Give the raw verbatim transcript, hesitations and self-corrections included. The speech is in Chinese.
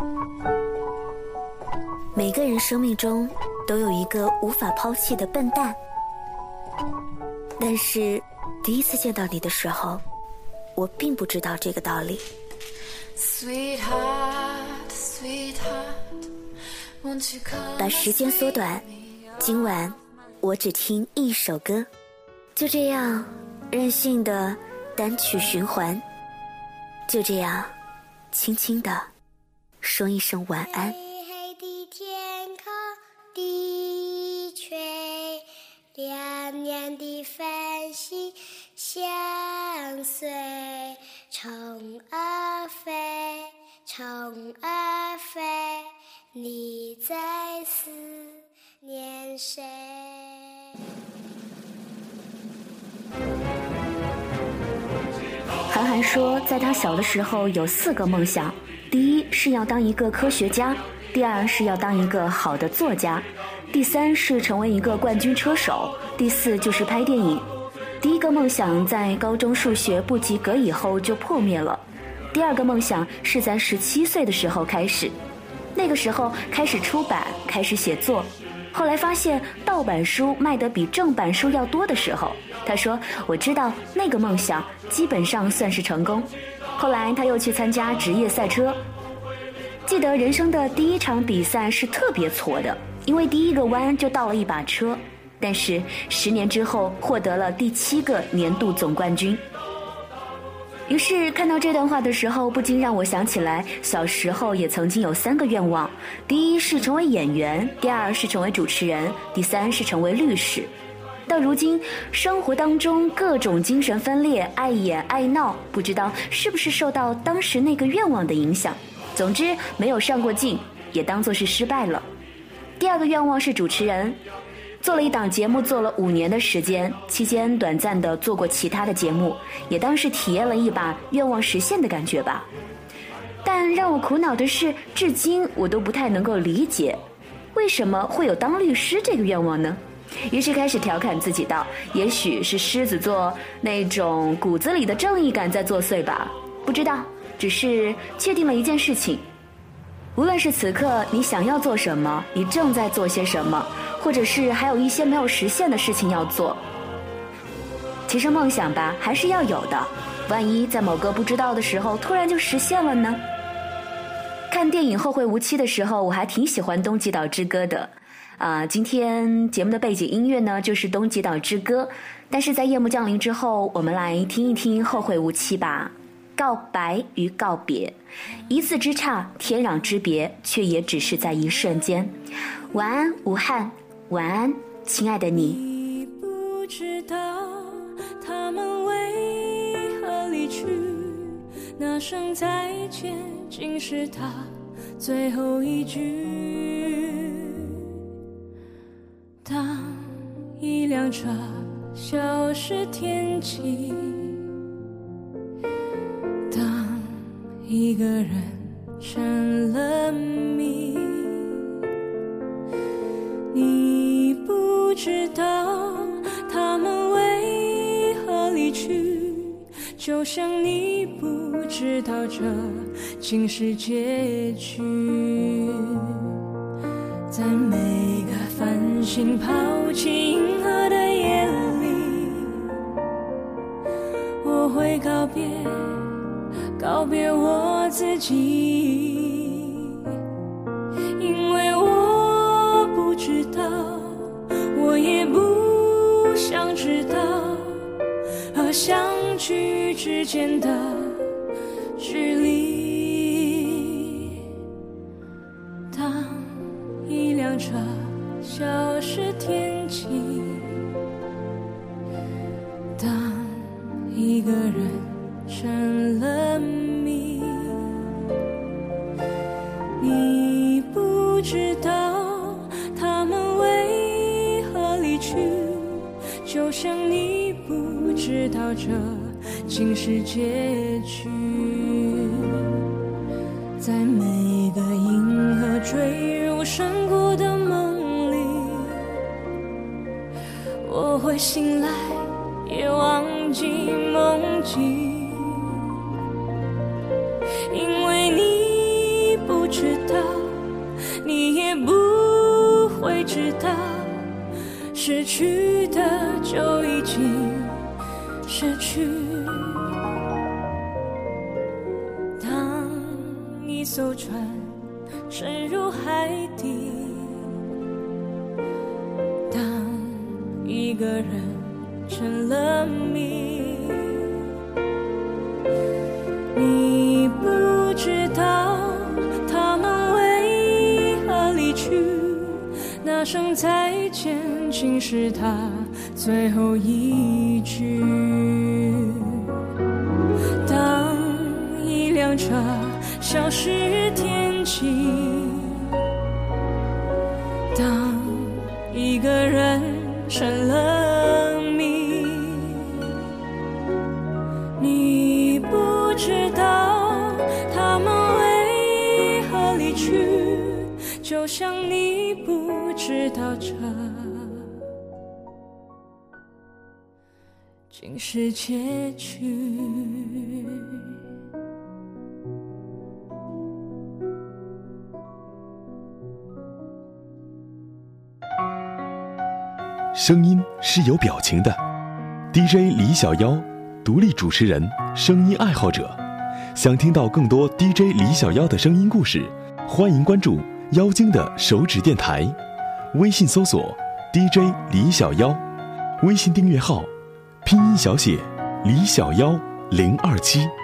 每个人生命中都有一个无法抛弃的笨蛋，但是第一次见到你的时候，我并不知道这个道理。 Sweetheart, sweetheart, won't you come 把时间缩短，今晚我只听一首歌，就这样任性的单曲循环，就这样轻轻的说一声晚安。 黑黑的天空低垂，亮亮的繁星相随，虫儿飞，虫儿飞，你在思念谁？ 韩寒说，在他小的时候有四个梦想，第一是要当一个科学家，第二是要当一个好的作家，第三是成为一个冠军车手，第四就是拍电影。第一个梦想在高中数学不及格以后就破灭了，第二个梦想是在十七岁的时候开始，那个时候开始出版，开始写作，后来发现盗版书卖得比正版书要多的时候，他说我知道那个梦想基本上算是成功。后来他又去参加职业赛车，记得人生的第一场比赛是特别挫的，因为第一个弯就倒了一把车，但是十年之后获得了第七个年度总冠军。于是看到这段话的时候，不禁让我想起来小时候也曾经有三个愿望，第一是成为演员，第二是成为主持人，第三是成为律师。到如今生活当中各种精神分裂，爱演爱闹，不知道是不是受到当时那个愿望的影响，总之没有上过镜，也当作是失败了。第二个愿望是主持人，做了一档节目做了五年的时间，期间短暂的做过其他的节目，也当是体验了一把愿望实现的感觉吧。但让我苦恼的是，至今我都不太能够理解为什么会有当律师这个愿望呢？于是开始调侃自己道，也许是狮子座那种骨子里的正义感在作祟吧，不知道，只是确定了一件事情，无论是此刻你想要做什么，你正在做些什么，或者是还有一些没有实现的事情要做，其实梦想吧还是要有的，万一在某个不知道的时候突然就实现了呢？看电影《后会无期》的时候，我还挺喜欢《东极岛之歌》的啊、呃，今天节目的背景音乐呢就是《东极岛之歌》，但是在夜幕降临之后，我们来听一听《后会无期》吧。告白与告别，一字之差，天壤之别，却也只是在一瞬间。晚安，吴汉，晚安，亲爱的你。 你不知道他们为何离去，那声再见竟是他最后一句。当一辆车消失天际，当一个人成了谜，你不知道他们为何离去，就像你不知道这竟是结局。在每个繁星抛弃银河的夜里，我会告别告别我自己，因为我不知道，我也不想知道和相聚之间的距离。当一辆车消失天际，当一个人成了谜，你不知道他们为何离去，就像你不知道这竟是结局。在每个银河坠入山谷的梦里，我会醒来也忘记梦境，因为你不知道，你也不会知道，失去的就已经失去。当一艘船沉入海底，当一个人成了谜，你不知道他们为何离去，那声再见竟是他最后一句。当一辆车消失天际，当一个人成了谜，你不知道他们为何离去，就像你不知道这竟是结局。 声音是有表情的 D J 李小妖，独立主持人，声音爱好者。想听到更多 D J 李小妖的声音故事，欢迎关注妖精的手指电台，微信搜索 D J 李小妖，微信订阅号拼音小写李小妖零二七。